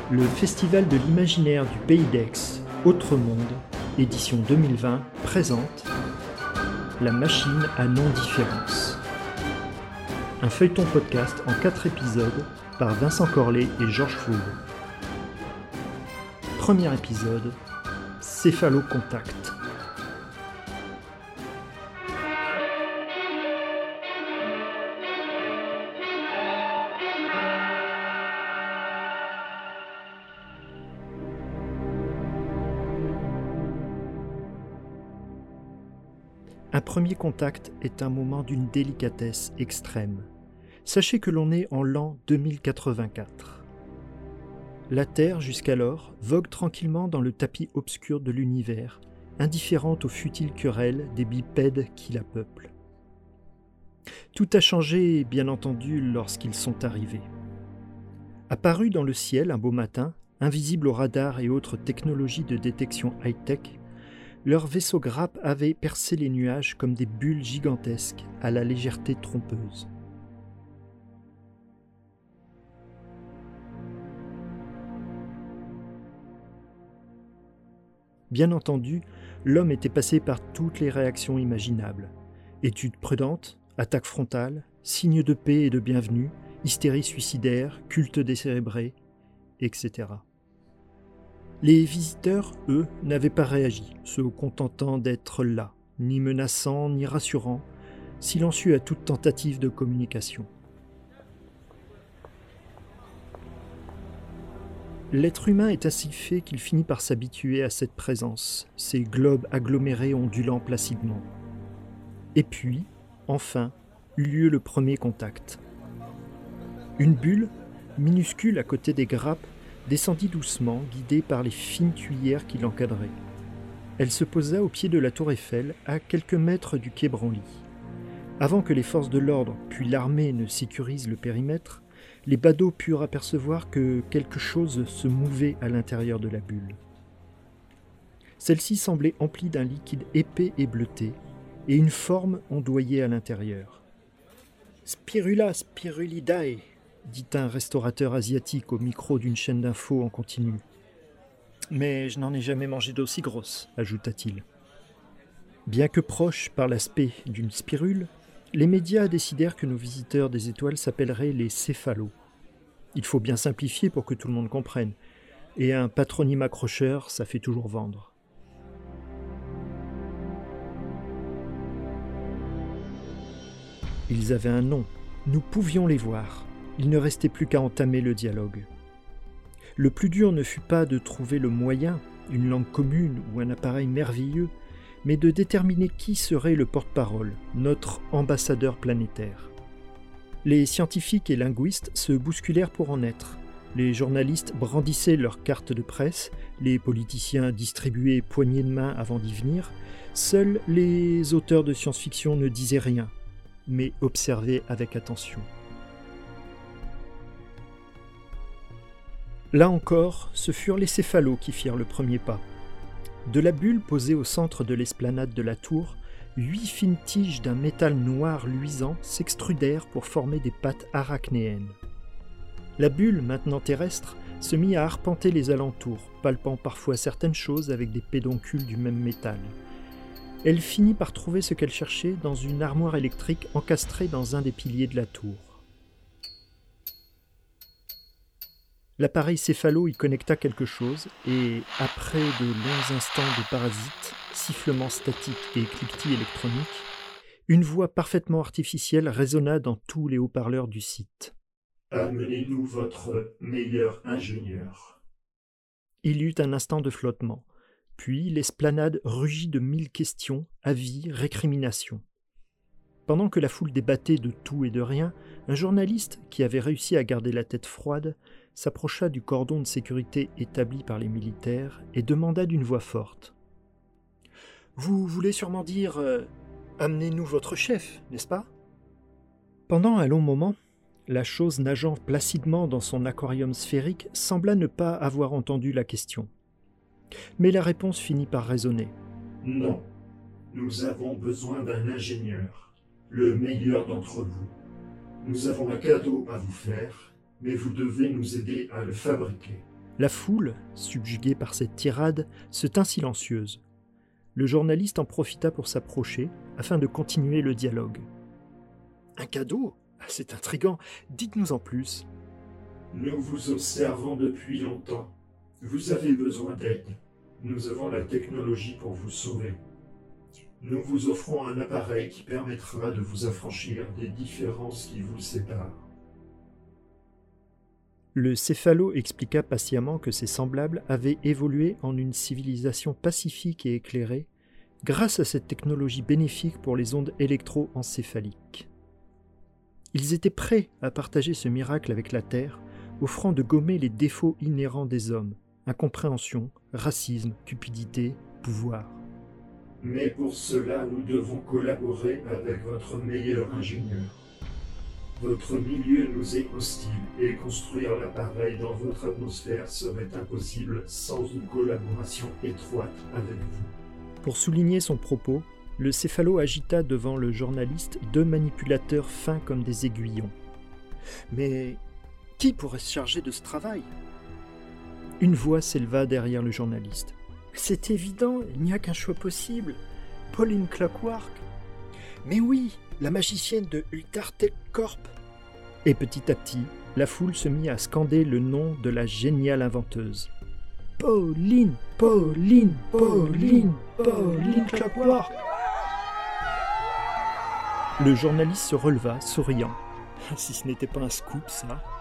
Le Festival de l'imaginaire du Pays d'Aix, Autre Monde, édition 2020, présente La machine à non-différence. Un feuilleton podcast en 4 épisodes par Vincent Corlet et Georges Foul. Premier épisode, Céphalocontact. Un premier contact est un moment d'une délicatesse extrême. Sachez que l'on est en l'an 2084. La Terre, jusqu'alors, vogue tranquillement dans le tapis obscur de l'univers, indifférente aux futiles querelles des bipèdes qui la peuplent. Tout a changé, bien entendu, lorsqu'ils sont arrivés. Apparus dans le ciel un beau matin, invisibles aux radars et autres technologies de détection high-tech, leurs vaisseaux grappes avaient percé les nuages comme des bulles gigantesques à la légèreté trompeuse. Bien entendu, l'homme était passé par toutes les réactions imaginables. Études prudentes, attaques frontales, signes de paix et de bienvenue, hystérie suicidaire, culte décérébré, etc. Les visiteurs, eux, n'avaient pas réagi, se contentant d'être là, ni menaçants, ni rassurants, silencieux à toute tentative de communication. L'être humain est ainsi fait qu'il finit par s'habituer à cette présence, ces globes agglomérés ondulant placidement. Et puis, enfin, eut lieu le premier contact. Une bulle, minuscule à côté des grappes, descendit doucement, guidée par les fines cuillères qui l'encadraient. Elle se posa au pied de la tour Eiffel, à quelques mètres du quai Branly. Avant que les forces de l'ordre puis l'armée ne sécurisent le périmètre, les badauds purent apercevoir que quelque chose se mouvait à l'intérieur de la bulle. Celle-ci semblait emplie d'un liquide épais et bleuté, et une forme ondoyait à l'intérieur. « Spirula spirulidae », dit un restaurateur asiatique au micro d'une chaîne d'infos en continu. « Mais je n'en ai jamais mangé d'aussi grosse », ajouta-t-il. Bien que proche par l'aspect d'une spirule, les médias décidèrent que nos visiteurs des étoiles s'appelleraient les céphalos. Il faut bien simplifier pour que tout le monde comprenne, et un patronyme accrocheur, ça fait toujours vendre. Ils avaient un nom, nous pouvions les voir. Il ne restait plus qu'à entamer le dialogue. Le plus dur ne fut pas de trouver le moyen, une langue commune ou un appareil merveilleux, mais de déterminer qui serait le porte-parole, notre ambassadeur planétaire. Les scientifiques et linguistes se bousculèrent pour en être. Les journalistes brandissaient leurs cartes de presse, les politiciens distribuaient poignées de main avant d'y venir. Seuls les auteurs de science-fiction ne disaient rien, mais observaient avec attention. Là encore, ce furent les céphalos qui firent le premier pas. De la bulle posée au centre de l'esplanade de la tour, 8 fines tiges d'un métal noir luisant s'extrudèrent pour former des pattes arachnéennes. La bulle, maintenant terrestre, se mit à arpenter les alentours, palpant parfois certaines choses avec des pédoncules du même métal. Elle finit par trouver ce qu'elle cherchait dans une armoire électrique encastrée dans un des piliers de la tour. L'appareil céphalo y connecta quelque chose et, après de longs instants de parasites, sifflements statiques et cliquetis électroniques, une voix parfaitement artificielle résonna dans tous les haut-parleurs du site. « Amenez-nous votre meilleur ingénieur. » Il y eut un instant de flottement, puis l'esplanade rugit de 1000 questions, avis, récriminations. Pendant que la foule débattait de tout et de rien, un journaliste, qui avait réussi à garder la tête froide, s'approcha du cordon de sécurité établi par les militaires et demanda d'une voix forte. « Vous voulez sûrement dire « Amenez-nous votre chef, n'est-ce pas ?» Pendant un long moment, la chose nageant placidement dans son aquarium sphérique sembla ne pas avoir entendu la question. Mais la réponse finit par résonner. « Non, nous avons besoin d'un ingénieur, le meilleur d'entre vous. Nous avons un cadeau à vous faire, mais vous devez nous aider à le fabriquer. La foule, subjuguée par cette tirade, se tint silencieuse. Le journaliste en profita pour s'approcher, afin de continuer le dialogue. « Un cadeau ? C'est intriguant. Dites-nous en plus. » « Nous vous observons depuis longtemps. Vous avez besoin d'aide. Nous avons la technologie pour vous sauver. Nous vous offrons un appareil qui permettra de vous affranchir des différences qui vous séparent. » Le céphalo expliqua patiemment que ses semblables avaient évolué en une civilisation pacifique et éclairée grâce à cette technologie bénéfique pour les ondes électroencéphaliques. Ils étaient prêts à partager ce miracle avec la Terre, offrant de gommer les défauts inhérents des hommes, incompréhension, racisme, cupidité, pouvoir. Mais pour cela, nous devons collaborer avec votre meilleur ingénieur. Votre milieu nous est hostile et construire l'appareil dans votre atmosphère serait impossible sans une collaboration étroite avec vous. Pour souligner son propos, le céphalo agita devant le journaliste 2 manipulateurs fins comme des aiguillons. Mais qui pourrait se charger de ce travail ? Une voix s'éleva derrière le journaliste. C'est évident, il n'y a qu'un choix possible. Pauline Clockwork. Mais oui, la magicienne de Ultartech Corp. Et petit à petit, la foule se mit à scander le nom de la géniale inventeuse. Pauline, Pauline, Pauline, Pauline Clockwork. Le journaliste se releva, souriant. Si ce n'était pas un scoop, ça.